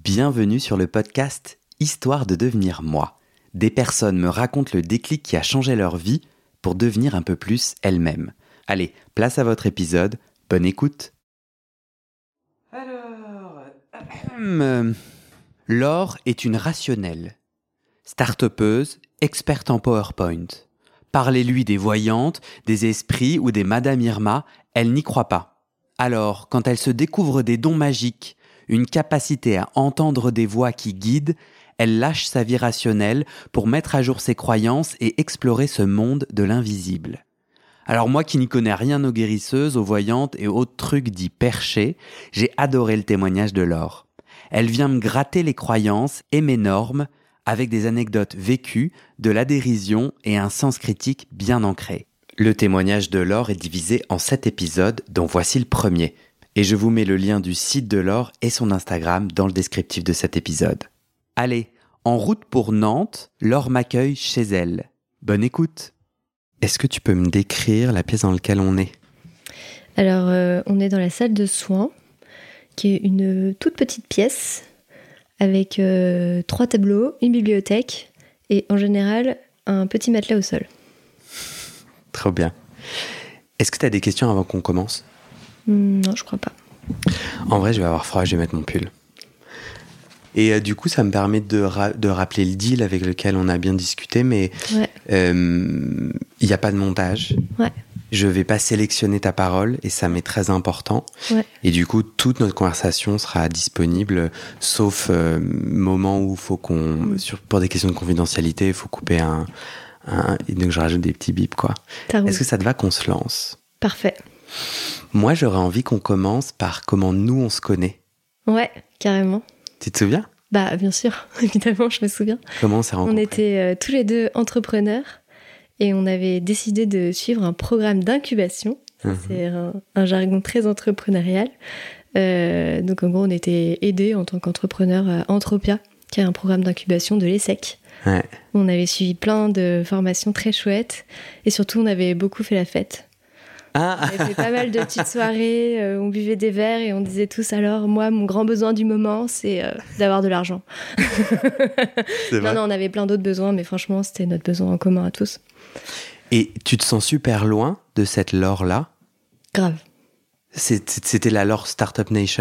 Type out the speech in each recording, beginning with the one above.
Bienvenue sur le podcast Histoire de devenir moi. Des personnes me racontent le déclic qui a changé leur vie pour devenir un peu plus elles-mêmes. Allez, place à votre épisode, bonne écoute. Alors, Laure est une rationnelle, start-upeuse, experte en PowerPoint. Parlez-lui des voyantes, des esprits ou des Madame Irma, elle n'y croit pas. Alors, quand elle se découvre des dons magiques, une capacité à entendre des voix qui guident, elle lâche sa vie rationnelle pour mettre à jour ses croyances et explorer ce monde de l'invisible. Alors moi qui n'y connais rien aux guérisseuses, aux voyantes et autres trucs dits perchés, j'ai adoré le témoignage de Laure. Elle vient me gratter les croyances et mes normes avec des anecdotes vécues, de la dérision et un sens critique bien ancré. Le témoignage de Laure est divisé en 7 épisodes, dont voici le premier. Et je vous mets le lien du site de Laure et son Instagram dans le descriptif de cet épisode. Allez, en route pour Nantes, Laure m'accueille chez elle. Bonne écoute. Est-ce que tu peux me décrire la pièce dans laquelle on est ? Alors, on est dans la salle de soins, qui est une toute petite pièce avec 3 tableaux, une bibliothèque et en général un petit matelas au sol. Trop bien. Est-ce que tu as des questions avant qu'on commence ? Non, je crois pas. En vrai, je vais avoir froid, je vais mettre mon pull. Et du coup, ça me permet de rappeler le deal avec lequel on a bien discuté, mais il n'y a pas de montage. Ouais. Je ne vais pas sélectionner ta parole, et ça m'est très important. Ouais. Et du coup, toute notre conversation sera disponible, sauf moment où il faut pour des questions de confidentialité, il faut couper donc je rajoute des petits bips, quoi. Est-ce que ça te va qu'on se lance ? Parfait. Moi, j'aurais envie qu'on commence par comment nous, on se connaît. Ouais, carrément. Tu te souviens ? Bah, bien sûr, évidemment, je me souviens. Comment on s'est rencontrés ? On était tous les deux entrepreneurs et on avait décidé de suivre un programme d'incubation. C'est un jargon très entrepreneurial. Donc, en gros, on était aidés en tant qu'entrepreneurs à Entropia, qui est un programme d'incubation de l'ESSEC. Ouais. On avait suivi plein de formations très chouettes et surtout, on avait beaucoup fait la fête. On avait fait pas mal de petites soirées, on buvait des verres et on disait tous alors, moi, mon grand besoin du moment, c'est d'avoir de l'argent. C'est vrai. Non, on avait plein d'autres besoins, mais franchement, c'était notre besoin en commun à tous. Et tu te sens super loin de cette Laure-là ? Grave. C'était la Laure Startup Nation ?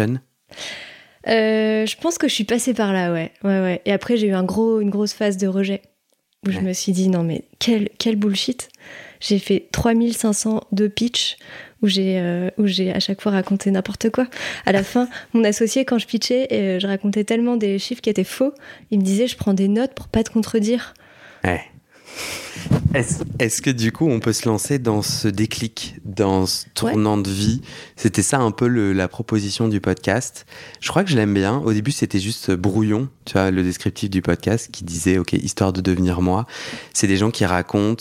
Je pense que je suis passée par là, ouais. Et après, j'ai eu une grosse phase de rejet, où je me suis dit, non mais, quel bullshit. J'ai fait 3500 de pitch où j'ai à chaque fois raconté n'importe quoi. À la fin, mon associé, quand je pitchais, je racontais tellement des chiffres qui étaient faux, il me disait je prends des notes pour pas te contredire. Ouais. Est-ce que du coup on peut se lancer dans ce déclic, dans ce tournant de vie ? C'était ça un peu la proposition du podcast. Je crois que je l'aime bien. Au début c'était juste brouillon, tu vois, le descriptif du podcast qui disait ok, histoire de devenir moi. C'est des gens qui racontent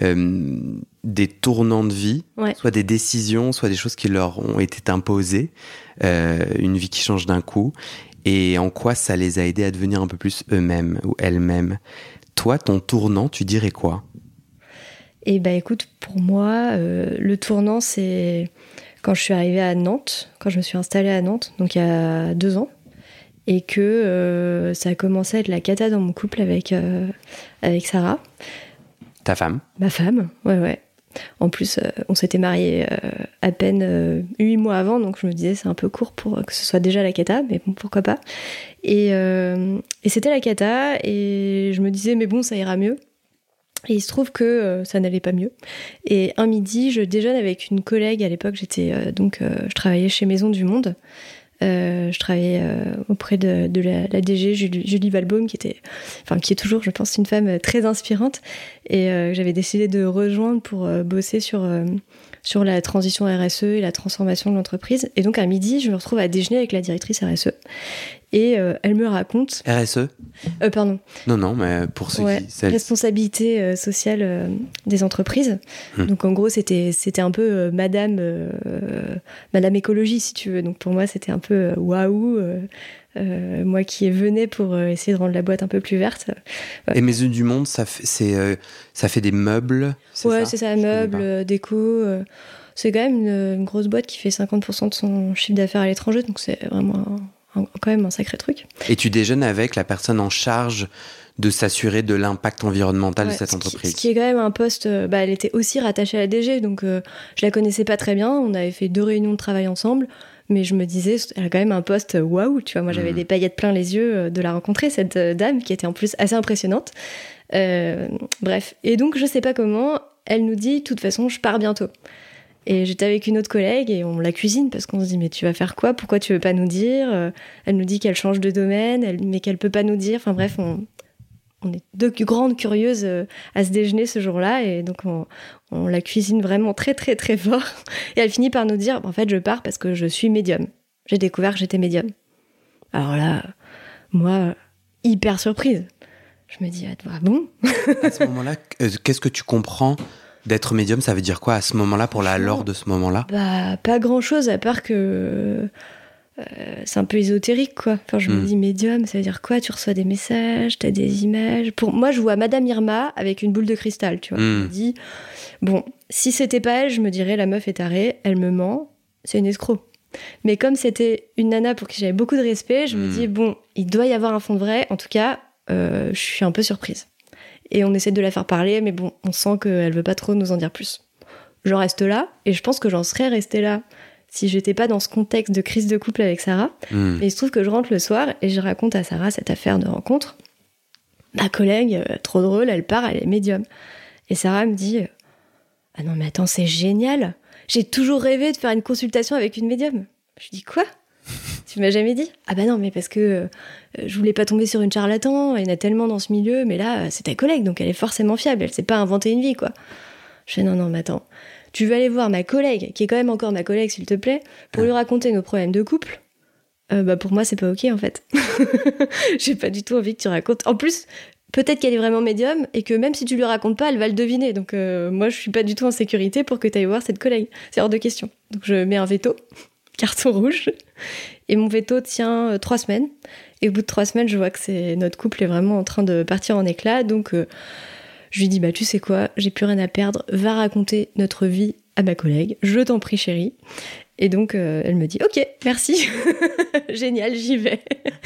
des tournants de vie, soit des décisions, soit des choses qui leur ont été imposées, une vie qui change d'un coup, et en quoi ça les a aidés à devenir un peu plus eux-mêmes ou elles-mêmes. Toi, ton tournant, tu dirais quoi ? Eh ben, écoute, pour moi, le tournant, c'est quand je suis arrivée à Nantes, quand je me suis installée à Nantes, donc il y a 2 ans, et que ça a commencé à être la cata dans mon couple avec Sarah. Ta femme ? Ma femme, ouais. En plus, on s'était mariés à peine 8 mois avant, donc je me disais c'est un peu court pour que ce soit déjà la cata, mais bon, pourquoi pas. Et c'était la cata, et je me disais mais bon, ça ira mieux. Et il se trouve que ça n'allait pas mieux. Et un midi, je déjeune avec une collègue. À l'époque, je travaillais chez Maison du Monde. Je travaillais auprès de la DG Julie Valbaum, qui est toujours, je pense, une femme très inspirante. Et j'avais décidé de rejoindre pour bosser sur la transition RSE et la transformation de l'entreprise. Et donc à midi, je me retrouve à déjeuner avec la directrice RSE. Et elle me raconte... RSE ? Pardon. Non, mais pour ceux qui... Responsabilité sociale des entreprises. Donc en gros, c'était un peu Madame écologie, si tu veux. Donc pour moi, c'était un peu waouh. Moi qui venais pour essayer de rendre la boîte un peu plus verte. Et Maison du Monde, ça fait des meubles, c'est ça, meubles, déco. C'est quand même une grosse boîte qui fait 50% de son chiffre d'affaires à l'étranger. Donc c'est vraiment quand même un sacré truc. Et tu déjeunes avec la personne en charge de s'assurer de l'impact environnemental de cette entreprise. Ce qui est quand même un poste... elle était aussi rattachée à la DG, donc je la connaissais pas très bien. On avait fait 2 réunions de travail ensemble, mais je me disais, elle a quand même un poste waouh, tu vois. Moi, j'avais des paillettes plein les yeux de la rencontrer, cette dame, qui était en plus assez impressionnante. Bref. Et donc, je sais pas comment, elle nous dit, de toute façon, je pars bientôt. Et j'étais avec une autre collègue et on la cuisine parce qu'on se dit mais tu vas faire quoi ? Pourquoi tu veux pas nous dire ? Elle nous dit qu'elle change de domaine, mais qu'elle peut pas nous dire. Enfin bref, on est 2 grandes curieuses à ce déjeuner ce jour-là et donc on la cuisine vraiment très très très fort. Et elle finit par nous dire en fait je pars parce que je suis médium. J'ai découvert que j'étais médium. Alors là, moi, hyper surprise. Je me dis ah bon ? À ce moment-là, qu'est-ce que tu comprends ? D'être médium, ça veut dire quoi à ce moment-là, pour la Laure de ce moment-là ? Pas grand-chose, à part que c'est un peu ésotérique, quoi. Enfin, je me dis médium, ça veut dire quoi ? Tu reçois des messages, t'as des images. Pour moi, je vois Madame Irma avec une boule de cristal, tu vois. Je me dis, bon, si c'était pas elle, je me dirais la meuf est tarée, elle me ment, c'est une escroc. Mais comme c'était une nana pour qui j'avais beaucoup de respect, je me dis, bon, il doit y avoir un fond de vrai. En tout cas, je suis un peu surprise. Et on essaie de la faire parler, mais bon, on sent qu'elle veut pas trop nous en dire plus. J'en reste là, et je pense que j'en serais restée là si j'étais pas dans ce contexte de crise de couple avec Sarah. Et il se trouve que je rentre le soir, et je raconte à Sarah cette affaire de rencontre. Ma collègue, trop drôle, elle part, elle est médium. Et Sarah me dit « Ah non mais attends, c'est génial ! J'ai toujours rêvé de faire une consultation avec une médium. » Je dis « Quoi ? Tu m'as jamais dit ? » Ah bah non, mais parce que je voulais pas tomber sur une charlatan, il y en a tellement dans ce milieu, mais là, c'est ta collègue, donc elle est forcément fiable, elle s'est pas inventé une vie, quoi. Je fais non, mais attends, tu veux aller voir ma collègue, qui est quand même encore ma collègue, s'il te plaît, pour lui raconter nos problèmes de couple ? Pour moi, c'est pas ok, en fait. J'ai pas du tout envie que tu racontes. En plus, peut-être qu'elle est vraiment médium, et que même si tu lui racontes pas, elle va le deviner, donc moi, je suis pas du tout en sécurité pour que tu ailles voir cette collègue. C'est hors de question. Donc je mets un veto. Carton rouge. Et mon veto tient 3 semaines. Et au bout de 3 semaines, je vois que notre couple est vraiment en train de partir en éclats. Donc, je lui dis, bah, tu sais quoi, j'ai plus rien à perdre. Va raconter notre vie à ma collègue. Je t'en prie, chérie. Et donc, elle me dit, ok, merci. Génial, j'y vais.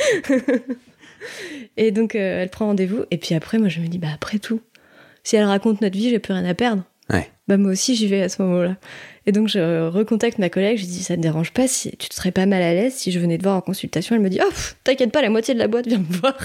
Et donc, elle prend rendez-vous. Et puis après, moi, je me dis, bah, après tout, si elle raconte notre vie, j'ai plus rien à perdre. Ouais. Bah, moi aussi, j'y vais à ce moment-là. Et donc, je recontacte ma collègue, je lui dis, ça te dérange pas si tu te serais pas mal à l'aise si je venais te voir en consultation ? Elle me dit, oh, t'inquiète pas, la moitié de la boîte vient me voir.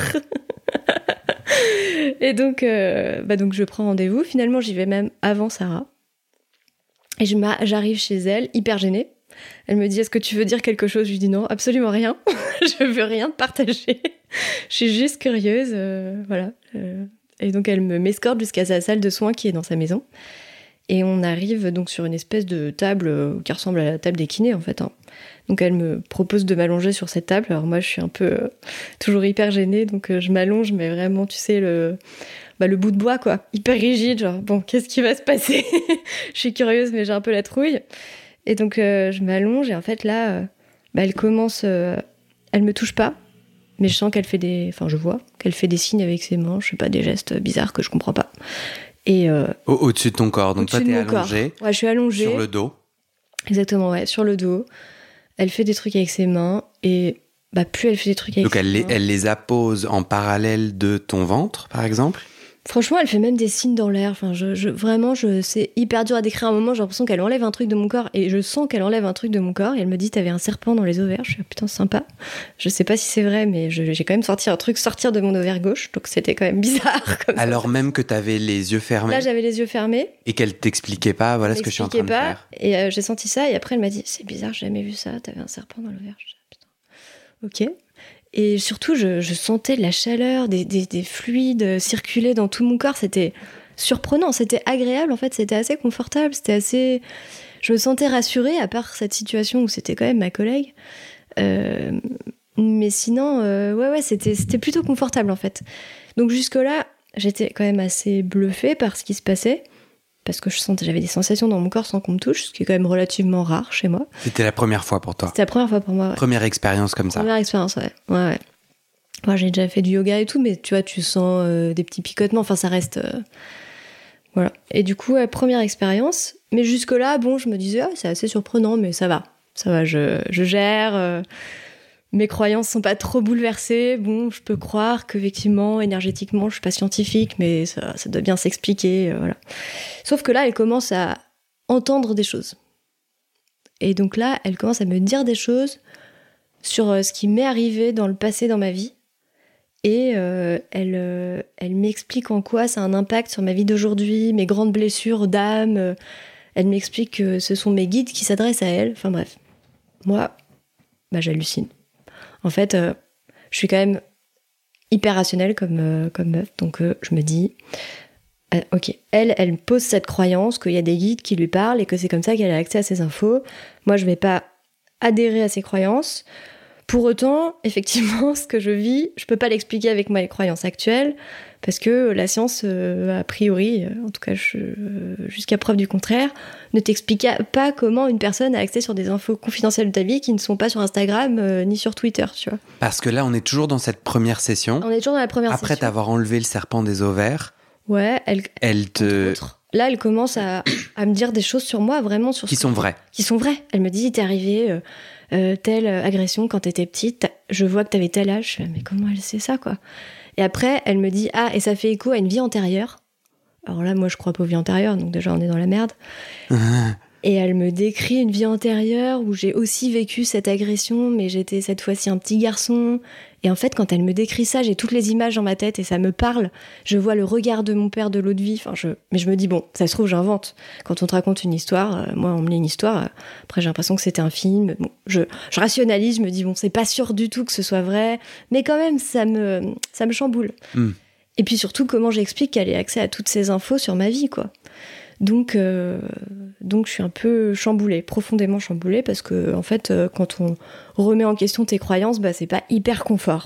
Et donc, donc, je prends rendez-vous. Finalement, j'y vais même avant Sarah. Et j'arrive chez elle, hyper gênée. Elle me dit, est-ce que tu veux dire quelque chose ? Je lui dis, non, absolument rien. Je veux rien te partager. Je suis juste curieuse, voilà. Et donc, elle m'escorte jusqu'à sa salle de soins qui est dans sa maison. Et on arrive donc sur une espèce de table qui ressemble à la table des kinés, en fait. Donc elle me propose de m'allonger sur cette table. Alors moi, je suis un peu toujours hyper gênée, donc je m'allonge, mais vraiment, tu sais, le bout de bois, quoi. Hyper rigide, genre, bon, qu'est-ce qui va se passer ? Je suis curieuse, mais j'ai un peu la trouille. Et donc, je m'allonge, et en fait, là, elle commence... elle me touche pas, mais je sens qu'elle fait je vois qu'elle fait des signes avec ses mains, je sais pas, des gestes bizarres que je comprends pas. Et au-dessus de ton corps, donc toi t'es allongée. Ouais, je suis allongée. Sur le dos. Exactement, ouais, sur le dos. Elle fait des trucs avec ses mains et plus elle fait des trucs avec donc ses mains. Donc elle les appose en parallèle de ton ventre, par exemple ? Franchement, elle fait même des signes dans l'air. Enfin, vraiment, c'est hyper dur à décrire. À un moment, j'ai l'impression qu'elle enlève un truc de mon corps et je sens qu'elle enlève un truc de mon corps. Et elle me dit, t'avais un serpent dans les ovaires. Je suis putain, sympa. Je sais pas si c'est vrai, mais j'ai quand même sorti un truc sortir de mon ovaire gauche. Donc c'était quand même bizarre. Alors même que t'avais les yeux fermés. Là, j'avais les yeux fermés. Et qu'elle t'expliquait pas, voilà ce que je suis en train de faire. Et j'ai senti ça. Et après, elle m'a dit, c'est bizarre, j'ai jamais vu ça. T'avais un serpent dans l'ovaire. Je dis, putain. Ok. Et surtout, je sentais de la chaleur, des fluides circuler dans tout mon corps. C'était surprenant, c'était agréable, en fait, c'était assez confortable, je me sentais rassurée, à part cette situation où c'était quand même ma collègue. Mais sinon, c'était plutôt confortable, en fait. Donc jusque-là, j'étais quand même assez bluffée par ce qui se passait. Parce que j'avais des sensations dans mon corps sans qu'on me touche, ce qui est quand même relativement rare chez moi. C'était la première fois pour toi ? C'était la première fois pour moi, ouais. Première expérience comme ça ? Première expérience, ouais. Moi, j'ai déjà fait du yoga et tout, mais tu vois, tu sens des petits picotements, enfin, ça reste... Voilà. Et du coup, première expérience, mais jusque-là, bon, je me disais, c'est assez surprenant, mais ça va, je gère... mes croyances sont pas trop bouleversées. Bon, je peux croire qu'effectivement, énergétiquement, je suis pas scientifique, mais ça doit bien s'expliquer, voilà. Sauf que là, elle commence à entendre des choses. Et donc là, elle commence à me dire des choses sur ce qui m'est arrivé dans le passé dans ma vie. Et elle m'explique en quoi ça a un impact sur ma vie d'aujourd'hui, mes grandes blessures d'âme. Elle m'explique que ce sont mes guides qui s'adressent à elle. Enfin bref, moi, j'hallucine. En fait, je suis quand même hyper rationnelle comme meuf. Donc je me dis, ok, elle pose cette croyance qu'il y a des guides qui lui parlent et que c'est comme ça qu'elle a accès à ces infos. Moi, je vais pas adhérer à ces croyances. Pour autant, effectivement, ce que je vis, je peux pas l'expliquer avec mes croyances actuelles, parce que la science, a priori, en tout cas jusqu'à preuve du contraire, ne t'explique pas comment une personne a accès sur des infos confidentielles de ta vie qui ne sont pas sur Instagram ni sur Twitter, tu vois. Parce que là, on est toujours dans cette première session. On est toujours dans la première session. Après t'avoir enlevé le serpent des ovaires. Ouais, elle te... entre autres. Là, elle commence à me dire des choses sur moi, vraiment sur qui sont vraies. Qui sont vraies. Elle me dit, t'es arrivée... telle agression quand t'étais petite, je vois que t'avais tel âge. Je fais, mais comment elle sait ça, quoi? Et après, elle me dit, et ça fait écho à une vie antérieure. Alors là, moi, je crois pas aux vies antérieures, donc déjà, on est dans la merde. Et elle me décrit une vie antérieure où j'ai aussi vécu cette agression, mais j'étais cette fois-ci un petit garçon. Et en fait, quand elle me décrit ça, j'ai toutes les images dans ma tête et ça me parle. Je vois le regard de mon père de l'autre vie. Mais je me dis, bon, ça se trouve, j'invente. Quand on te raconte une histoire, moi, on me lit une histoire, après j'ai l'impression que c'était un film. Bon, je rationalise, je me dis, bon, c'est pas sûr du tout que ce soit vrai, mais quand même, ça me chamboule. Et puis surtout, comment j'explique qu'elle ait accès à toutes ces infos sur ma vie, quoi. Donc je suis un peu chamboulée, profondément chamboulée, parce que en fait, quand on remet en question tes croyances, c'est pas hyper confort.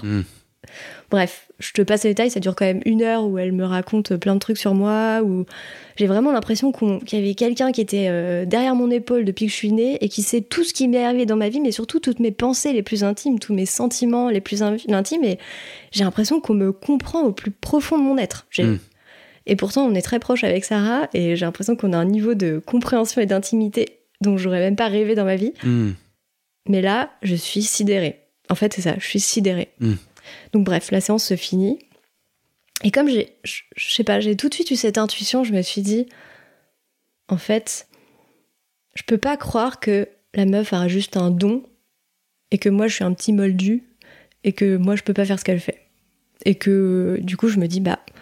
Bref, je te passe les détails, ça dure quand même 1 heure où elle me raconte plein de trucs sur moi, où j'ai vraiment l'impression qu'il y avait quelqu'un qui était derrière mon épaule depuis que je suis née et qui sait tout ce qui m'est arrivé dans ma vie, mais surtout toutes mes pensées les plus intimes, tous mes sentiments les plus intimes, et j'ai l'impression qu'on me comprend au plus profond de mon être. Et pourtant, on est très proches avec Sarah, et j'ai l'impression qu'on a un niveau de compréhension et d'intimité dont j'aurais même pas rêvé dans ma vie. Mais là, je suis sidérée. En fait, c'est ça, je suis sidérée. Donc bref, la séance se finit. Et comme je sais pas, j'ai tout de suite eu cette intuition, je me suis dit, en fait, je peux pas croire que la meuf a juste un don, et que moi, je suis un petit moldu, et que moi, je peux pas faire ce qu'elle fait. Et que, du coup, je me dis,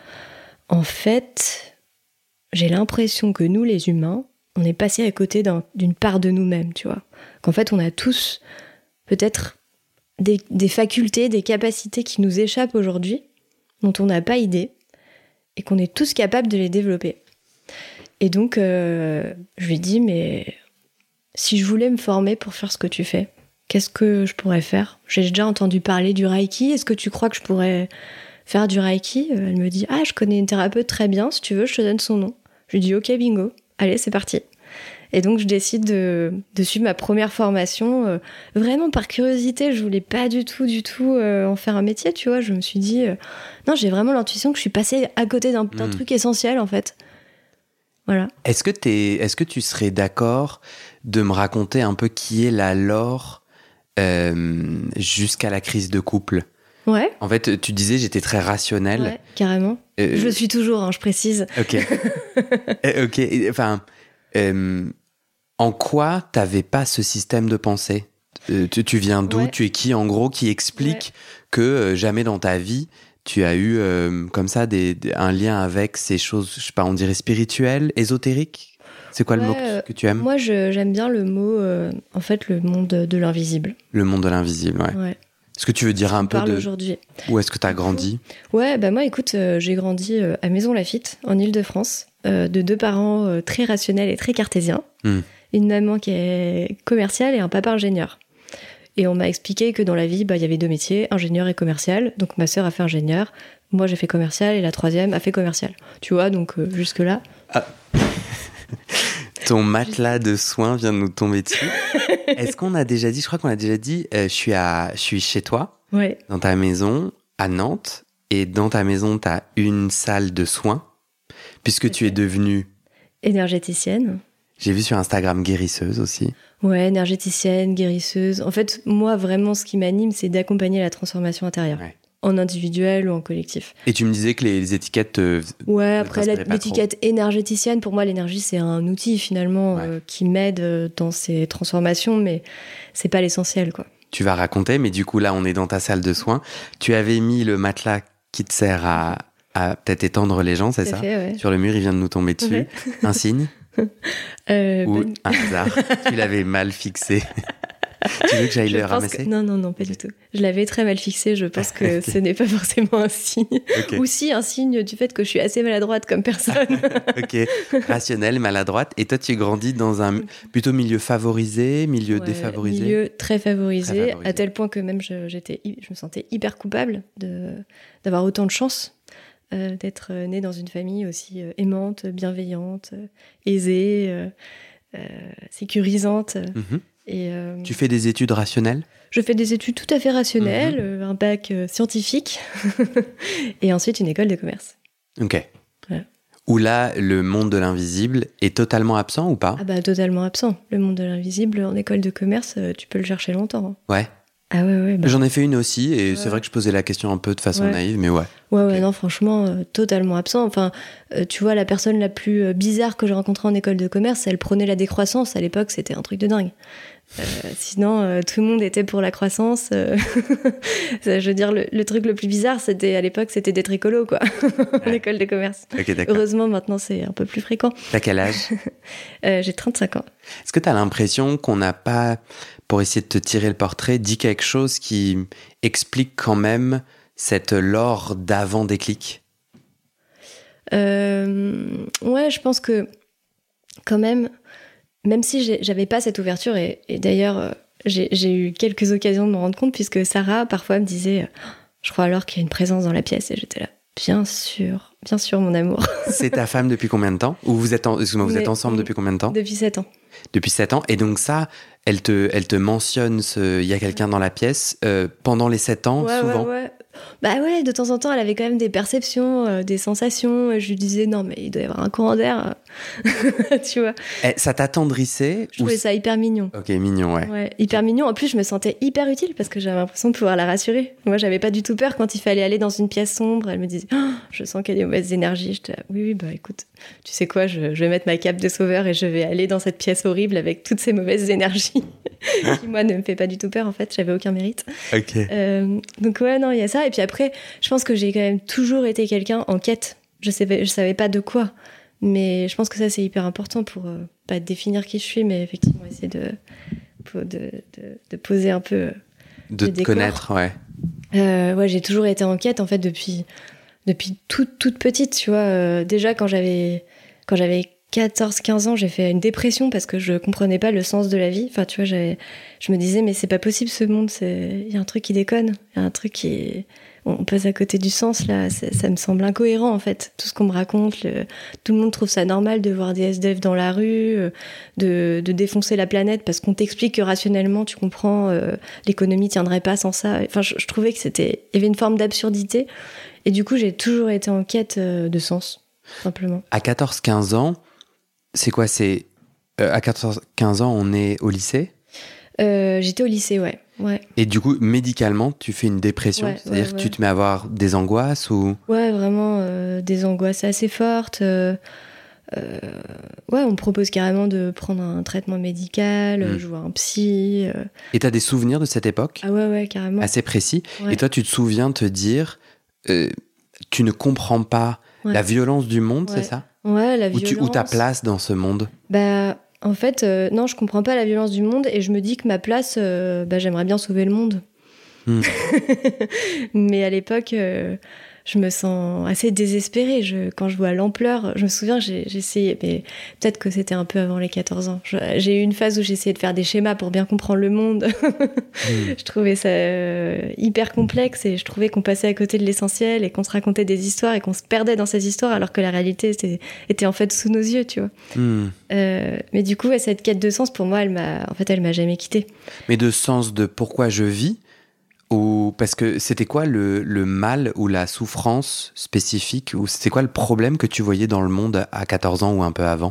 en fait, j'ai l'impression que nous, les humains, on est passé à côté d'une part de nous-mêmes, tu vois. Qu'en fait, on a tous peut-être des facultés, des capacités qui nous échappent aujourd'hui, dont on n'a pas idée, et qu'on est tous capables de les développer. Et donc, je lui dis, mais si je voulais me former pour faire ce que tu fais, qu'est-ce que je pourrais faire? J'ai déjà entendu parler du Reiki, est-ce que tu crois que je pourrais faire du Reiki? Elle me dit, je connais une thérapeute très bien, si tu veux, je te donne son nom. Je lui dis, ok, bingo, allez, c'est parti. Et donc, je décide de suivre ma première formation, vraiment par curiosité. Je voulais pas du tout en faire un métier, tu vois. Je me suis dit, non, j'ai vraiment l'intuition que je suis passée à côté d'un truc essentiel, en fait. Voilà. Est-ce que tu serais d'accord de me raconter un peu qui est la Laure jusqu'à la crise de couple? Ouais. En fait, tu disais j'étais très rationnelle. Ouais, carrément. Je le suis toujours, je précise. Ok. Ok. Enfin, en quoi t'avais pas ce système de pensée? Tu viens d'où? Tu es qui, en gros, qui explique que jamais dans ta vie tu as eu comme ça un lien avec ces choses, je sais pas, on dirait spirituelles, ésotériques? C'est quoi le mot que tu aimes? Moi, j'aime bien le mot, en fait, le monde de l'invisible. Le monde de l'invisible, ouais. Est-ce que tu veux dire un peu de... aujourd'hui. Où est-ce que tu as grandi? Ouais, moi, écoute, j'ai grandi à Maisons-Laffitte, en Île-de-France, de 2 parents très rationnels et très cartésiens. Une maman qui est commerciale et un papa ingénieur. Et on m'a expliqué que dans la vie, il y avait 2 métiers, ingénieur et commercial. Donc ma sœur a fait ingénieur, moi j'ai fait commercial et la 3e a fait commercial. Tu vois, donc jusque-là... Ton matelas de soins vient de nous tomber dessus. Est-ce qu'on a déjà dit, je crois qu'on a déjà dit, je suis chez toi, dans ta maison, à Nantes, et dans ta maison, tu as une salle de soins, puisque tu es devenue... énergéticienne. J'ai vu sur Instagram guérisseuse aussi. Ouais, énergéticienne, guérisseuse. En fait, moi, vraiment, ce qui m'anime, c'est d'accompagner la transformation intérieure. Ouais. En individuel ou en collectif. Et tu me disais que les étiquettes... Ouais, après l'étiquette énergéticienne, pour moi, l'énergie, c'est un outil finalement qui m'aide dans ces transformations, mais c'est pas l'essentiel, quoi. Tu vas raconter, mais du coup, là, on est dans ta salle de soins. Tu avais mis le matelas qui te sert à peut-être étendre les gens, c'est ça? Ouais. Sur le mur, il vient de nous tomber dessus. Ouais. Un signe? Ou un hasard? Tu l'avais mal fixé. Tu veux que j'aille le ramasser? Non, pas du tout. Je l'avais très mal fixé, je pense que ce n'est pas forcément un signe. Okay. Ou si, un signe du fait que je suis assez maladroite comme personne. Ok, rationnelle, maladroite. Et toi, tu grandis dans un plutôt milieu favorisé, milieu défavorisé? Milieu très favorisé, à tel point que même je me sentais hyper coupable d'avoir autant de chance. D'être née dans une famille aussi aimante, bienveillante, aisée, sécurisante. Mm-hmm. Et, tu fais des études rationnelles? Je fais des études tout à fait rationnelles, un bac scientifique et ensuite une école de commerce. Ok. Ouais. Où là, le monde de l'invisible est totalement absent ou pas? Ah bah totalement absent. Le monde de l'invisible en école de commerce, tu peux le chercher longtemps. Hein. Ouais. Ah ouais. Bah... J'en ai fait une aussi et c'est vrai que je posais la question un peu de façon naïve, mais ouais. Ouais, non, franchement, totalement absent. Enfin, tu vois, la personne la plus bizarre que j'ai rencontrée en école de commerce, elle prônait la décroissance. À l'époque, c'était un truc de dingue. Sinon, tout le monde était pour la croissance. Je veux dire, le truc le plus bizarre, à l'époque, c'était d'être écolo, quoi, en école de commerce. Okay, d'accord. Heureusement, maintenant, c'est un peu plus fréquent. T'as quel âge? J'ai 35 ans. Est-ce que t'as l'impression qu'on n'a pas, pour essayer de te tirer le portrait, dit quelque chose qui explique quand même cette lore d'avant déclic? Ouais, je pense que quand même si j'avais pas cette ouverture, et d'ailleurs j'ai eu quelques occasions de me rendre compte, puisque Sarah parfois me disait je crois alors qu'il y a une présence dans la pièce, et j'étais là, bien sûr mon amour. C'est ta femme depuis combien de temps? Ou vous êtes ensemble depuis combien de temps? Depuis 7 ans. Depuis 7 ans, et donc ça, elle te mentionne il y a quelqu'un dans la pièce pendant les 7 ans, souvent? Ouais. Bah ouais, de temps en temps, elle avait quand même des perceptions, des sensations. Et je lui disais, non, mais il doit y avoir un courant d'air. Tu vois. Ça t'attendrissait? Je trouvais ça hyper mignon. Ok, mignon, ouais. Ouais, hyper mignon. En plus, je me sentais hyper utile parce que j'avais l'impression de pouvoir la rassurer. Moi, j'avais pas du tout peur quand il fallait aller dans une pièce sombre. Elle me disait, oh, je sens qu'il y a des mauvaises énergies. J'étais là, oui, bah écoute, tu sais quoi, je vais mettre ma cape de sauveur et je vais aller dans cette pièce horrible avec toutes ces mauvaises énergies qui, moi, ne me fait pas du tout peur, en fait. J'avais aucun mérite. Ok. Donc ouais, non, il y a ça. Et puis après, je pense que j'ai quand même toujours été quelqu'un en quête. Je savais pas de quoi. Mais je pense que ça, c'est hyper important pour pas définir qui je suis, mais effectivement essayer de poser un peu de te connaître, ouais. Ouais, j'ai toujours été en quête, en fait, depuis toute petite, tu vois. Déjà, quand j'avais 14-15 ans, j'ai fait une dépression parce que je comprenais pas le sens de la vie. Enfin, tu vois, je me disais, mais c'est pas possible ce monde, il y a un truc qui déconne, il y a un truc qui... On passe à côté du sens, là, ça me semble incohérent, en fait. Tout ce qu'on me raconte, tout le monde trouve ça normal de voir des SDF dans la rue, de défoncer la planète parce qu'on t'explique que rationnellement, tu comprends, l'économie tiendrait pas sans ça. Enfin, je trouvais que il y avait une forme d'absurdité. Et du coup, j'ai toujours été en quête de sens, simplement. À 14-15 ans, c'est quoi? À 14-15 ans, on est au lycée? J'étais au lycée, ouais. Et du coup, médicalement, tu fais une dépression? C'est-à-dire que tu te mets à avoir des angoisses ou... Ouais, vraiment, des angoisses assez fortes. Ouais, on me propose carrément de prendre un traitement médical, je vois un psy. Et t'as des souvenirs de cette époque? Ah ouais, carrément. Assez précis. Ouais. Et toi, tu te souviens te dire, tu ne comprends pas la violence du monde, c'est ça? Ouais, la violence. Ou ta place dans ce monde? Bah... En fait, non, je comprends pas la violence du monde et je me dis que ma place, j'aimerais bien sauver le monde. Mais à l'époque, je me sens assez désespérée. Quand je vois l'ampleur, je me souviens, j'ai essayé, mais peut-être que c'était un peu avant les 14 ans. J'ai eu une phase où j'ai essayé de faire des schémas pour bien comprendre le monde. Je trouvais ça hyper complexe et je trouvais qu'on passait à côté de l'essentiel et qu'on se racontait des histoires et qu'on se perdait dans ces histoires alors que la réalité était en fait sous nos yeux, tu vois. Mais du coup, cette quête de sens, pour moi, elle m'a jamais quittée. Mais de sens de pourquoi je vis? Ou parce que c'était quoi le mal ou la souffrance spécifique, ou c'était quoi le problème que tu voyais dans le monde à 14 ans ou un peu avant?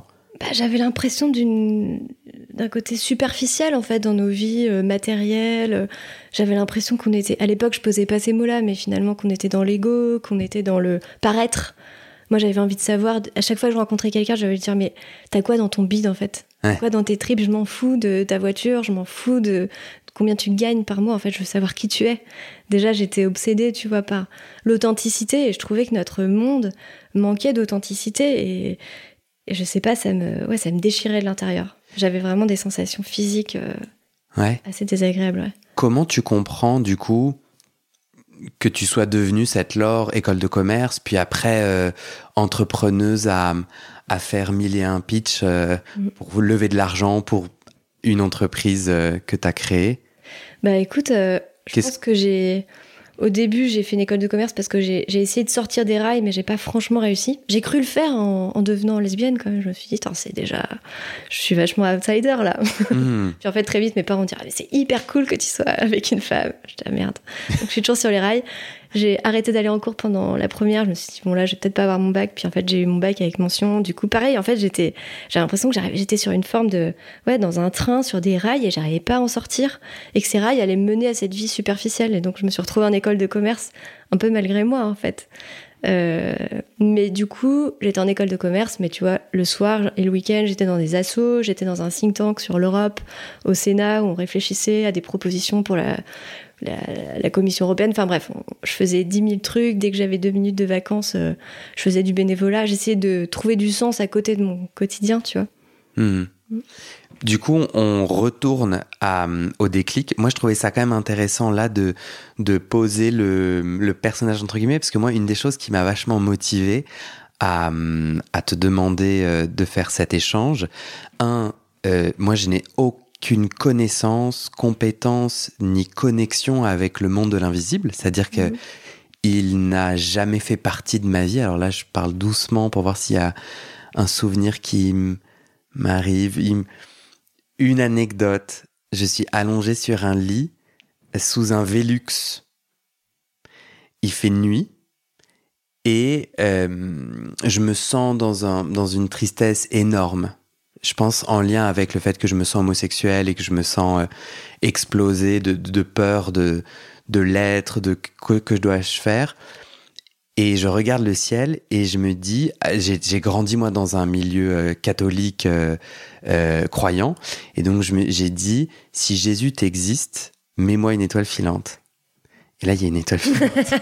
j'avais l'impression d'un côté superficiel, en fait, dans nos vies matérielles. J'avais l'impression qu'on était... À l'époque, je posais pas ces mots-là, mais finalement, qu'on était dans l'ego, qu'on était dans le paraître. Moi, j'avais envie de savoir... À chaque fois que je rencontrais quelqu'un, j'avais envie de dire, mais t'as quoi dans ton bide, en fait ? Ouais. Quoi dans tes tripes ? Je m'en fous de ta voiture, je m'en fous de combien tu gagnes par mois. En fait, je veux savoir qui tu es. Déjà, j'étais obsédée, tu vois, par l'authenticité, et je trouvais que notre monde manquait d'authenticité, et je sais pas, ça me déchirait de l'intérieur. J'avais vraiment des sensations physiques assez désagréables. Ouais. Comment tu comprends, du coup, que tu sois devenue cette Laure, école de commerce, puis après entrepreneuse à faire 1001 pitch pour lever de l'argent pour une entreprise que tu as créée? Bah écoute, je pense que au début, j'ai fait une école de commerce parce que j'ai essayé de sortir des rails, mais j'ai pas franchement réussi. J'ai cru le faire en devenant lesbienne quand même. Je me suis dit, je suis vachement outsider là. Puis en fait, très vite, mes parents me disaient, mais c'est hyper cool que tu sois avec une femme. J'étais, merde. Donc je suis toujours sur les rails. J'ai arrêté d'aller en cours pendant la première. Je me suis dit, bon là, je vais peut-être pas avoir mon bac. Puis en fait, j'ai eu mon bac avec mention. Du coup, pareil, en fait, j'avais l'impression que j'étais sur une forme dans un train, sur des rails, et j'arrivais pas à en sortir. Et que ces rails allaient me mener à cette vie superficielle. Et donc, je me suis retrouvée en école de commerce, un peu malgré moi, en fait. Mais du coup, j'étais en école de commerce, mais tu vois, le soir et le week-end, j'étais dans des assos, j'étais dans un think tank sur l'Europe, au Sénat, où on réfléchissait à des propositions pour la Commission européenne. Enfin bref, je faisais 10 000 trucs. Dès que j'avais 2 minutes de vacances, je faisais du bénévolat. J'essayais de trouver du sens à côté de mon quotidien, tu vois. Du coup, on retourne au déclic. Moi, je trouvais ça quand même intéressant là de poser le personnage entre guillemets, parce que moi, une des choses qui m'a vachement motivé à te demander de faire cet échange, moi, je n'ai aucune connaissance, compétence ni connexion avec le monde de l'invisible. C'est-à-dire que il n'a jamais fait partie de ma vie. Alors là, je parle doucement pour voir s'il y a un souvenir qui m'arrive. Une anecdote, je suis allongé sur un lit sous un Velux. Il fait nuit et je me sens dans une tristesse énorme. Je pense en lien avec le fait que je me sens homosexuel et que je me sens explosé de peur de l'être, de que je dois faire. Et je regarde le ciel et je me dis, j'ai grandi moi dans un milieu catholique croyant, et donc j'ai dit, si Jésus t'existe, mets-moi une étoile filante. Et là, il y a une étoile filante.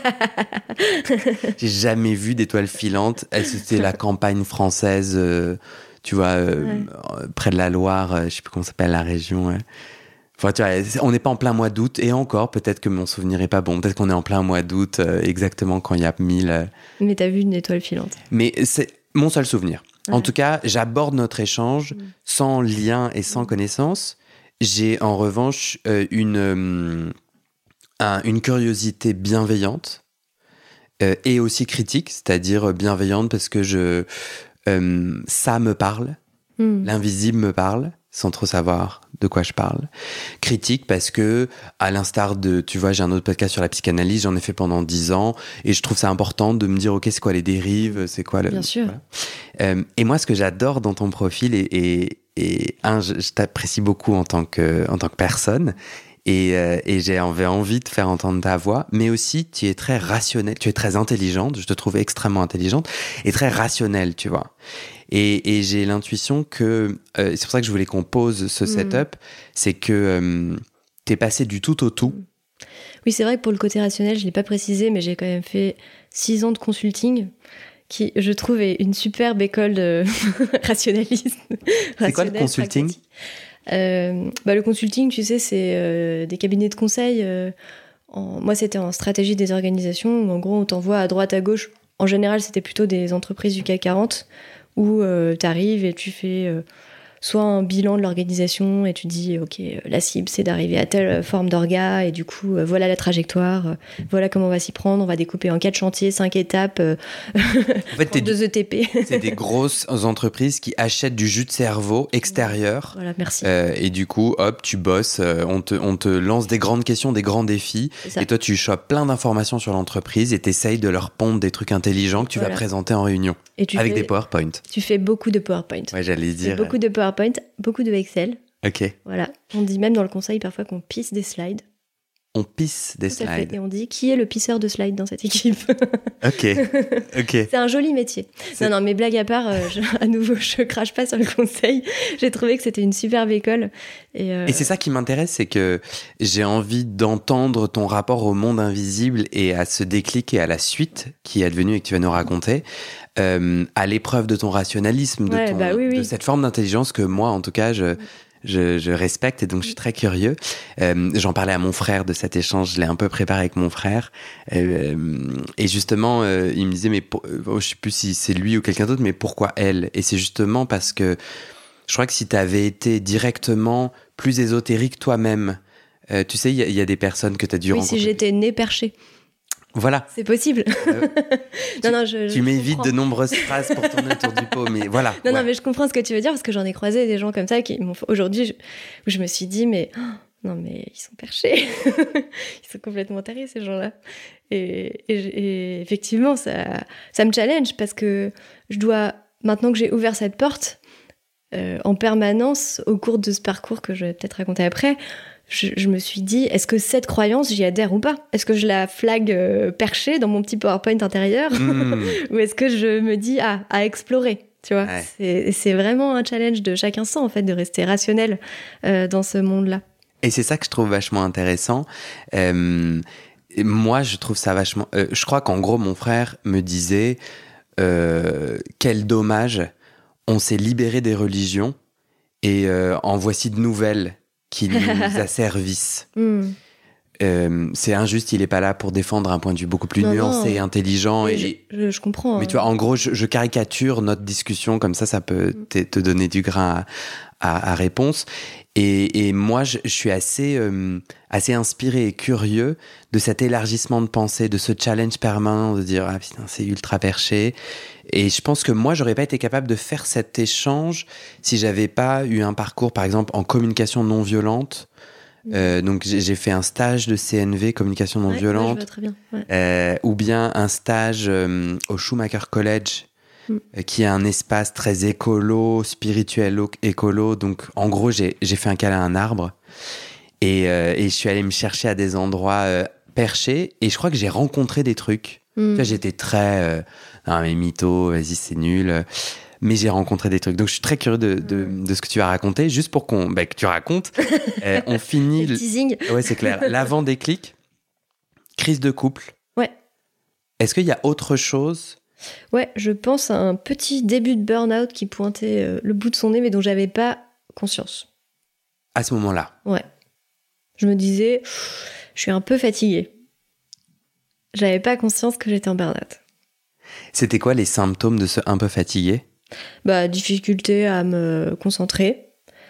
J'ai jamais vu d'étoile filante. C'était la campagne française, tu vois, près de la Loire, je sais plus comment s'appelle la région. Enfin, tu vois, on n'est pas en plein mois d'août, et encore, peut-être que mon souvenir est pas bon. Peut-être qu'on est en plein mois d'août, exactement quand il y a 1000. Mais t'as vu une étoile filante. Mais c'est mon seul souvenir. Ouais. En tout cas, j'aborde notre échange sans lien et sans connaissance. J'ai en revanche une curiosité bienveillante et aussi critique, c'est-à-dire bienveillante parce que ça me parle, l'invisible me parle, sans trop savoir de quoi je parle. Critique parce que, à l'instar de, tu vois, j'ai un autre podcast sur la psychanalyse, j'en ai fait pendant 10 ans, et je trouve ça important de me dire, ok, c'est quoi les dérives, c'est quoi le... Bien sûr. Voilà. Et moi, ce que j'adore dans ton profil, je t'apprécie beaucoup en tant que personne, et j'avais envie de faire entendre ta voix, mais aussi tu es très rationnelle, tu es très intelligente, je te trouve extrêmement intelligente et très rationnelle, tu vois. Et j'ai l'intuition que c'est pour ça que je voulais qu'on pose ce setup, c'est que t'es passé du tout au tout. Oui, c'est vrai que pour le côté rationnel, je l'ai pas précisé, mais j'ai quand même fait 6 ans de consulting, qui, je trouve, est une superbe école de rationalisme. C'est quoi le consulting ? Le consulting, tu sais, c'est des cabinets de conseil. Moi, c'était en stratégie des organisations, où en gros, on t'envoie à droite, à gauche. En général, c'était plutôt des entreprises du CAC 40, où t'arrives et tu fais soit un bilan de l'organisation et tu dis, ok, la cible c'est d'arriver à telle forme d'orga et du coup, voilà la trajectoire, voilà comment on va s'y prendre, on va découper en 4 chantiers, 5 étapes, En fait, 2 ETP. c'est des grosses entreprises qui achètent du jus de cerveau extérieur. Voilà, merci. Et du coup, hop, tu bosses, on te lance des grandes questions, des grands défis. Et toi, tu chopes plein d'informations sur l'entreprise et t'essayes de leur pondre des trucs intelligents que tu vas présenter en réunion. Avec des PowerPoint. Tu fais beaucoup de PowerPoint. Ouais, j'allais dire. Beaucoup de PowerPoint, beaucoup de Excel. Ok. Voilà. On dit même dans le conseil parfois qu'on pisse des slides. On pisse des Tout à fait. slides. Et on dit qui est le pisseur de slides dans cette équipe. Ok. C'est un joli métier. Non, mais blague à part, à nouveau, je crache pas sur le conseil. J'ai trouvé que c'était une superbe école. Et c'est ça qui m'intéresse, c'est que j'ai envie d'entendre ton rapport au monde invisible et à ce déclic et à la suite qui est advenue et que tu vas nous raconter, à l'épreuve de ton rationalisme, de cette forme d'intelligence que moi, en tout cas, je respecte et donc je suis très curieux. J'en parlais à mon frère de cet échange, je l'ai un peu préparé avec mon frère. Et justement, il me disait, mais je sais plus si c'est lui ou quelqu'un d'autre, mais pourquoi elle ? Et c'est justement parce que je crois que si tu avais été directement plus ésotérique toi-même, tu sais, il y a des personnes que tu as dû rencontrer. Oui, si j'étais née perchée. Voilà. C'est possible. Tu m'évites de nombreuses phrases pour tourner autour du pot, mais voilà. Non, mais je comprends ce que tu veux dire parce que j'en ai croisé des gens comme ça qui m'ont. Aujourd'hui, où je me suis dit, mais non, mais ils sont perchés. Ils sont complètement tarés, ces gens-là. Et effectivement, ça me challenge parce que je dois, maintenant que j'ai ouvert cette porte, en permanence, au cours de ce parcours que je vais peut-être raconter après, je me suis dit, est-ce que cette croyance, j'y adhère ou pas ? Est-ce que je la flag perchée dans mon petit PowerPoint intérieur ou est-ce que je me dis, à explorer ? Tu vois, c'est vraiment un challenge de chaque instant, en fait, de rester rationnel dans ce monde-là. Et c'est ça que je trouve vachement intéressant. Moi, je trouve ça vachement... je crois qu'en gros, mon frère me disait, quel dommage, on s'est libéré des religions et en voici de nouvelles qui nous asservissent. C'est injuste, il est pas là pour défendre un point de vue beaucoup plus nuancé, intelligent. Je comprends. Mais tu vois, en gros, je caricature notre discussion, comme ça peut te donner du grain à réponse. Et moi, je suis assez inspiré et curieux de cet élargissement de pensée, de ce challenge permanent, de dire, ah putain, c'est ultra perché. Et je pense que moi, j'aurais pas été capable de faire cet échange si j'avais pas eu un parcours, par exemple, en communication non violente. Donc j'ai fait un stage de CNV, communication non violente, je vois très bien. ou bien un stage au Schumacher College, qui est un espace très écolo, spirituel écolo. Donc en gros, j'ai fait un câlin à un arbre et je suis allé me chercher à des endroits perchés et je crois que j'ai rencontré des trucs. Tu vois, j'étais très non mais mytho, vas-y c'est nul. Mais j'ai rencontré des trucs. Donc, je suis très curieux de ce que tu as raconté. Juste pour que tu racontes, on finit... Le teasing. Ouais, c'est clair. L'avant-déclic, crise de couple. Ouais. Est-ce qu'il y a autre chose ? Ouais, je pense à un petit début de burn-out qui pointait le bout de son nez, mais dont j'avais pas conscience. À ce moment-là ? Ouais. Je me disais, je suis un peu fatiguée. J'avais pas conscience que j'étais en burn-out. C'était quoi les symptômes de ce un peu fatigué ? Difficulté à me concentrer.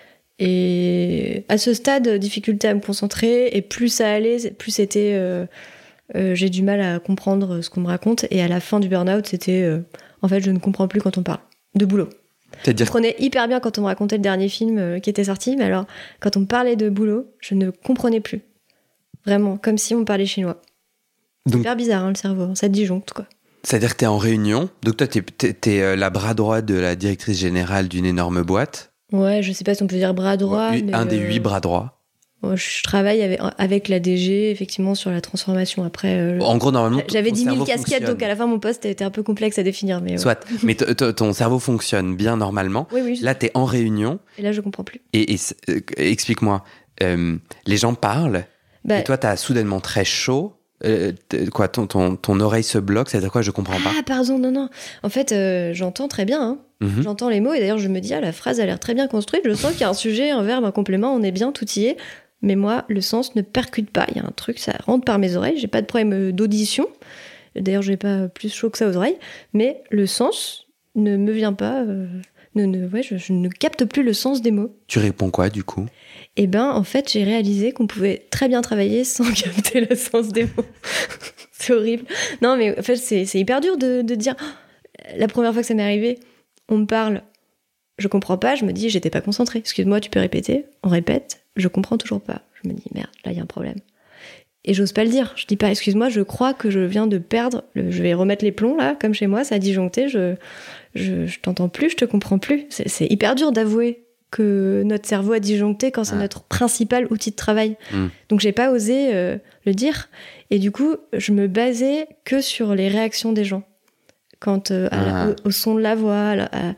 Et à ce stade, difficulté à me concentrer. Et plus ça allait, plus c'était... j'ai du mal à comprendre ce qu'on me raconte. Et à la fin du burn-out, c'était... en fait, je ne comprends plus quand on parle de boulot. Je comprenais hyper bien quand on me racontait le dernier film qui était sorti. Mais alors, quand on me parlait de boulot, je ne comprenais plus. Vraiment, comme si on me parlait chinois. Donc, hyper bizarre, le cerveau. Ça disjoncte, quoi. C'est-à-dire que t'es en réunion, donc toi t'es la bras droit de la directrice générale d'une énorme boîte. Ouais, je sais pas si on peut dire bras droit. Ouais, mais un des 8 bras droits. Je travaille avec la DG, effectivement, sur la transformation. Après, en gros, normalement, j'avais 10 000 casquettes, donc à la fin, mon poste était un peu complexe à définir. Mais soit, mais ton cerveau fonctionne bien normalement. Oui, là, t'es en réunion. Et là, je comprends plus. Et explique-moi, les gens parlent, et toi, t'as soudainement très chaud. Quoi, ton oreille se bloque, c'est-à-dire quoi, je comprends pas. Ah, pardon, non. En fait, j'entends très bien, hein. J'entends les mots, et d'ailleurs, je me dis, la phrase a l'air très bien construite, je sens qu'il y a un sujet, un verbe, un complément, on est bien, tout y est. Mais moi, le sens ne percute pas. Il y a un truc, ça rentre par mes oreilles, j'ai pas de problème d'audition. D'ailleurs, j'ai pas plus chaud que ça aux oreilles, mais le sens ne me vient pas, je ne capte plus le sens des mots. Tu réponds quoi, du coup? Et en fait, j'ai réalisé qu'on pouvait très bien travailler sans capter le sens des mots. C'est horrible. Non, mais en fait, c'est hyper dur de dire... La première fois que ça m'est arrivé, on me parle, je comprends pas, je me dis, j'étais pas concentrée. Excuse-moi, tu peux répéter? On répète, je comprends toujours pas. Je me dis, merde, là, il y a un problème. Et j'ose pas le dire. Je dis pas, excuse-moi, je crois que je viens de perdre... Je vais remettre les plombs, là, comme chez moi, ça a disjoncté, je t'entends plus, je te comprends plus. C'est hyper dur d'avouer que notre cerveau a disjoncté quand c'est notre principal outil de travail. Donc j'ai pas osé le dire. Et du coup, je me basais que sur les réactions des gens. Quand au son de la voix,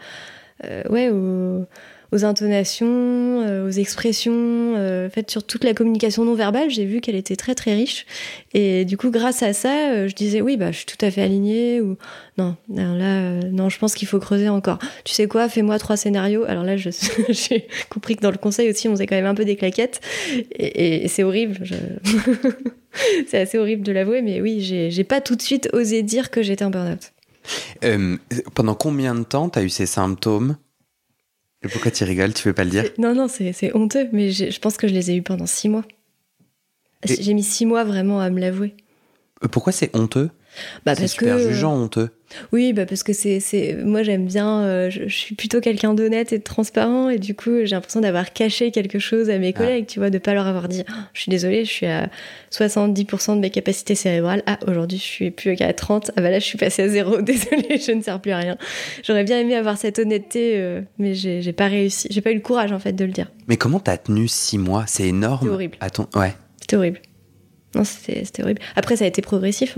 aux intonations, aux expressions, en fait, sur toute la communication non verbale, j'ai vu qu'elle était très très riche. Et du coup, grâce à ça, je disais oui, je suis tout à fait alignée. Ou non, je pense qu'il faut creuser encore. Tu sais quoi, fais-moi 3 scénarios. Alors là, j'ai compris que dans le conseil aussi, on faisait quand même un peu des claquettes. Et c'est horrible. C'est assez horrible de l'avouer, mais oui, j'ai pas tout de suite osé dire que j'étais en burn-out. Pendant combien de temps t'as eu ces symptômes? Et pourquoi tu rigoles? Tu veux pas le dire? Non, c'est honteux, mais je pense que je les ai eus pendant 6 mois. J'ai mis 6 mois vraiment à me l'avouer. Pourquoi c'est honteux? C'est super jugeant, honteux. Oui, parce que moi j'aime bien, je suis plutôt quelqu'un d'honnête et de transparent, et du coup j'ai l'impression d'avoir caché quelque chose à mes collègues, tu vois, de pas leur avoir dit je suis désolée, je suis à 70% de mes capacités cérébrales, aujourd'hui je suis plus qu'à 30, là je suis passée à 0, désolée, je ne sers plus à rien. J'aurais bien aimé avoir cette honnêteté, mais j'ai pas réussi, j'ai pas eu le courage en fait de le dire. Mais comment t'as tenu 6 mois? C'est énorme. C'était horrible. Ouais. C'était horrible. Non, c'était horrible. Après ça a été progressif,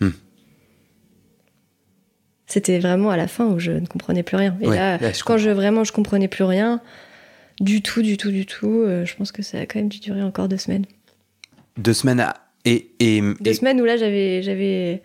C'était vraiment à la fin où je ne comprenais plus rien. Et là, quand je comprenais plus rien, du tout, je pense que ça a quand même dû durer encore 2 semaines. 2 semaines Deux semaines où là, j'avais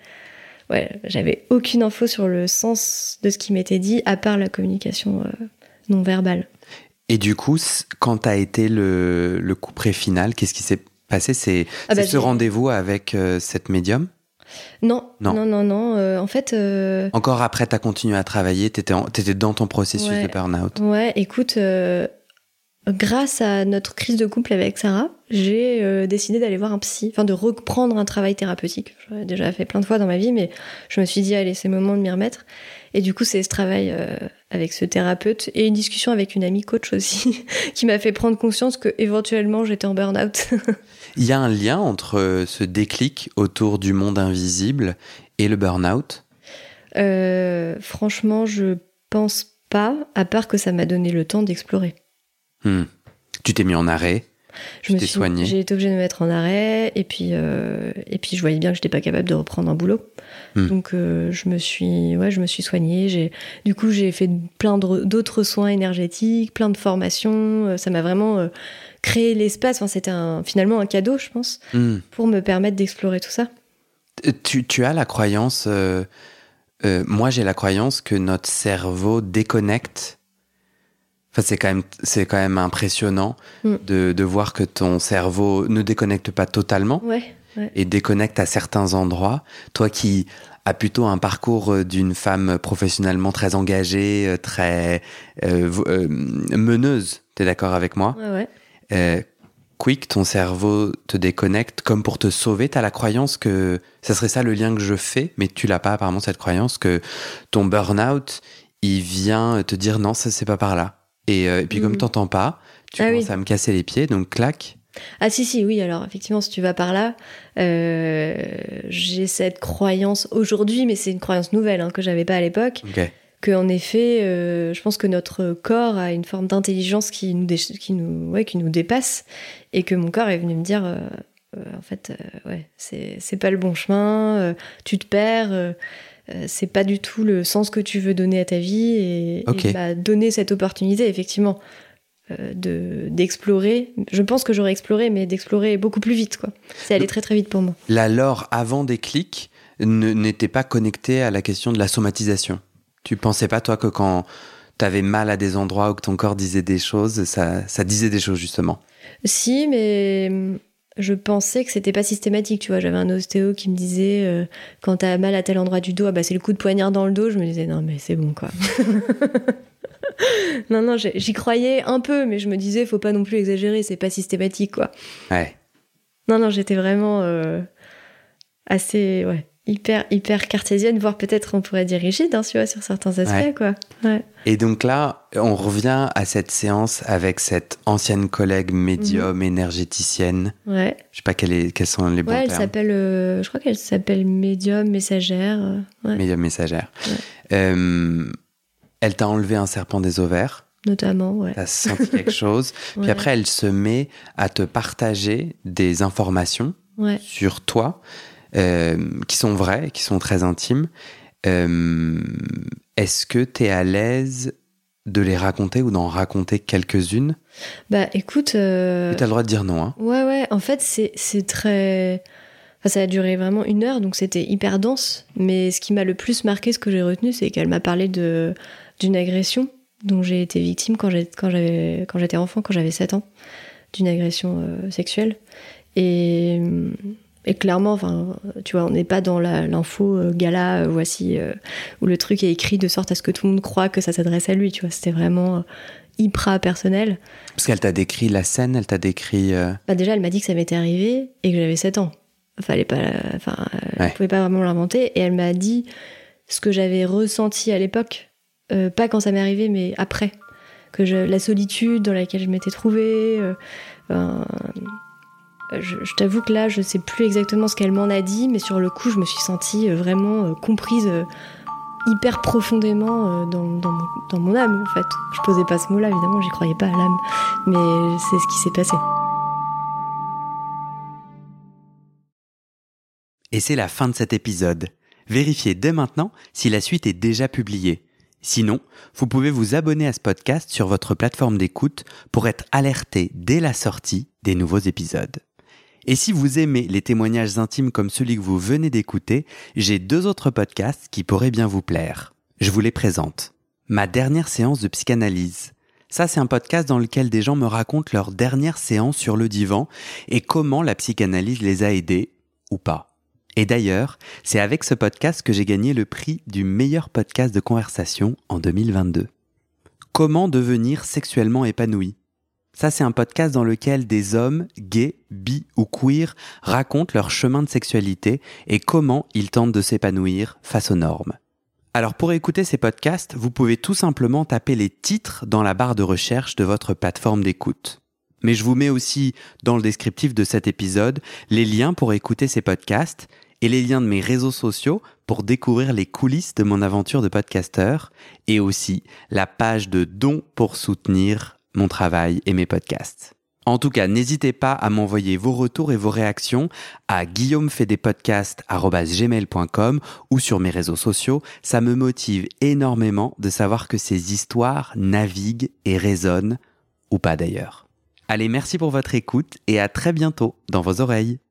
aucune info sur le sens de ce qui m'était dit, à part la communication non verbale. Et du coup, quand t'as été le couperet final, qu'est-ce qui s'est passé? C'est ce rendez-vous avec cette médium? Non. En fait... Encore après, t'as continué à travailler, t'étais dans ton processus de burn-out. Ouais, écoute, grâce à notre crise de couple avec Sarah, j'ai décidé d'aller voir un psy, de reprendre un travail thérapeutique. J'avais déjà fait plein de fois dans ma vie, mais je me suis dit, allez, c'est le moment de m'y remettre. Et du coup, c'est ce travail avec ce thérapeute et une discussion avec une amie coach aussi, qui m'a fait prendre conscience que éventuellement j'étais en burn-out. Il y a un lien entre ce déclic autour du monde invisible et le burn-out? Franchement, je pense pas, à part que ça m'a donné le temps d'explorer. Tu t'es mis en arrêt? Tu t'es soigné? J'ai été obligée de me mettre en arrêt, et puis je voyais bien que j'étais pas capable de reprendre un boulot. Donc je me suis soignée. Du coup, j'ai fait plein d'autres soins énergétiques, plein de formations. Ça m'a vraiment créé l'espace. C'était finalement un cadeau, je pense, pour me permettre d'explorer tout ça. Tu as la croyance... moi, j'ai la croyance que notre cerveau déconnecte. C'est quand même impressionnant de voir que ton cerveau ne déconnecte pas totalement et déconnecte à certains endroits. Toi qui as plutôt un parcours d'une femme professionnellement très engagée, très meneuse, t'es d'accord avec moi? Ouais. Quick, ton cerveau te déconnecte comme pour te sauver. T'as la croyance que ça serait ça le lien que je fais, mais tu l'as pas apparemment, cette croyance que ton burn-out, il vient te dire non, ça c'est pas par là. Et puis comme t'entends pas, tu commences à me casser les pieds, donc clac. Ah si, oui, alors effectivement, si tu vas par là, j'ai cette croyance aujourd'hui, mais c'est une croyance nouvelle que j'avais pas à l'époque, qu'en effet, je pense que notre corps a une forme d'intelligence qui nous dépasse, et que mon corps est venu me dire, en fait, c'est pas le bon chemin, tu te perds... c'est pas du tout le sens que tu veux donner à ta vie, et donner cette opportunité effectivement d'explorer. Je pense que j'aurais exploré, mais d'explorer beaucoup plus vite, quoi. C'est allé très très vite pour moi. La Laure avant déclic n'était pas connectée à la question de la somatisation. Tu pensais pas, toi, que quand t'avais mal à des endroits ou que ton corps disait des choses, ça disait des choses justement? Si, mais je pensais que c'était pas systématique, tu vois. J'avais un ostéo qui me disait quand t'as mal à tel endroit du dos, c'est le coup de poignard dans le dos. Je me disais non mais c'est bon, quoi. Non, j'y croyais un peu, mais je me disais, faut pas non plus exagérer, c'est pas systématique, quoi. Ouais. Non, j'étais vraiment assez, hyper cartésienne, voire peut-être on pourrait dire rigide, hein, tu vois, sur certains aspects, quoi. Ouais. Et donc là, on revient à cette séance avec cette ancienne collègue médium, énergéticienne. Ouais. Je sais pas quels sont les bons termes. Elle s'appelle, je crois qu'elle s'appelle médium, messagère. Médium, messagère. Ouais. Elle t'a enlevé un serpent des ovaires. Notamment, ouais. T'as senti quelque chose. Puis après, elle se met à te partager des informations sur toi qui sont vraies, qui sont très intimes. Est-ce que t'es à l'aise de les raconter ou d'en raconter quelques-unes? Bah, écoute... Et t'as le droit de dire non, hein. Ouais. En fait, c'est très... Enfin, ça a duré vraiment 1 heure, donc c'était hyper dense. Mais ce qui m'a le plus marqué, ce que j'ai retenu, c'est qu'elle m'a parlé d'une agression dont j'ai été victime quand j'étais enfant, quand j'avais 7 ans, d'une agression sexuelle. Et clairement, enfin, tu vois, on n'est pas dans l'info gala, voici, où le truc est écrit de sorte à ce que tout le monde croit que ça s'adresse à lui, tu vois. C'était vraiment hyper personnel. Parce qu'elle t'a décrit la scène, elle t'a décrit... Bah déjà, elle m'a dit que ça m'était arrivé et que j'avais 7 ans. Elle pouvait pas vraiment l'inventer. Et elle m'a dit ce que j'avais ressenti à l'époque. Pas quand ça m'est arrivé, mais après. La solitude dans laquelle je m'étais trouvée. Je t'avoue que là, je sais plus exactement ce qu'elle m'en a dit, mais sur le coup, je me suis sentie vraiment comprise hyper profondément dans mon âme, en fait. Je posais pas ce mot-là, évidemment, j'y croyais pas à l'âme. Mais c'est ce qui s'est passé. Et c'est la fin de cet épisode. Vérifiez dès maintenant si la suite est déjà publiée. Sinon, vous pouvez vous abonner à ce podcast sur votre plateforme d'écoute pour être alerté dès la sortie des nouveaux épisodes. Et si vous aimez les témoignages intimes comme celui que vous venez d'écouter, j'ai 2 autres podcasts qui pourraient bien vous plaire. Je vous les présente. Ma dernière séance de psychanalyse. Ça, c'est un podcast dans lequel des gens me racontent leur dernière séance sur le divan et comment la psychanalyse les a aidés, ou pas. Et d'ailleurs, c'est avec ce podcast que j'ai gagné le prix du meilleur podcast de conversation en 2022. Comment devenir sexuellement épanoui? Ça, c'est un podcast dans lequel des hommes, gays, bi ou queer, racontent leur chemin de sexualité et comment ils tentent de s'épanouir face aux normes. Alors pour écouter ces podcasts, vous pouvez tout simplement taper les titres dans la barre de recherche de votre plateforme d'écoute. Mais je vous mets aussi dans le descriptif de cet épisode les liens pour écouter ces podcasts et les liens de mes réseaux sociaux pour découvrir les coulisses de mon aventure de podcasteur et aussi la page de dons pour soutenir mon travail et mes podcasts. En tout cas, n'hésitez pas à m'envoyer vos retours et vos réactions à guillaumefaidespodcasts@gmail.com ou sur mes réseaux sociaux. Ça me motive énormément de savoir que ces histoires naviguent et résonnent, ou pas d'ailleurs. Allez, merci pour votre écoute et à très bientôt dans vos oreilles.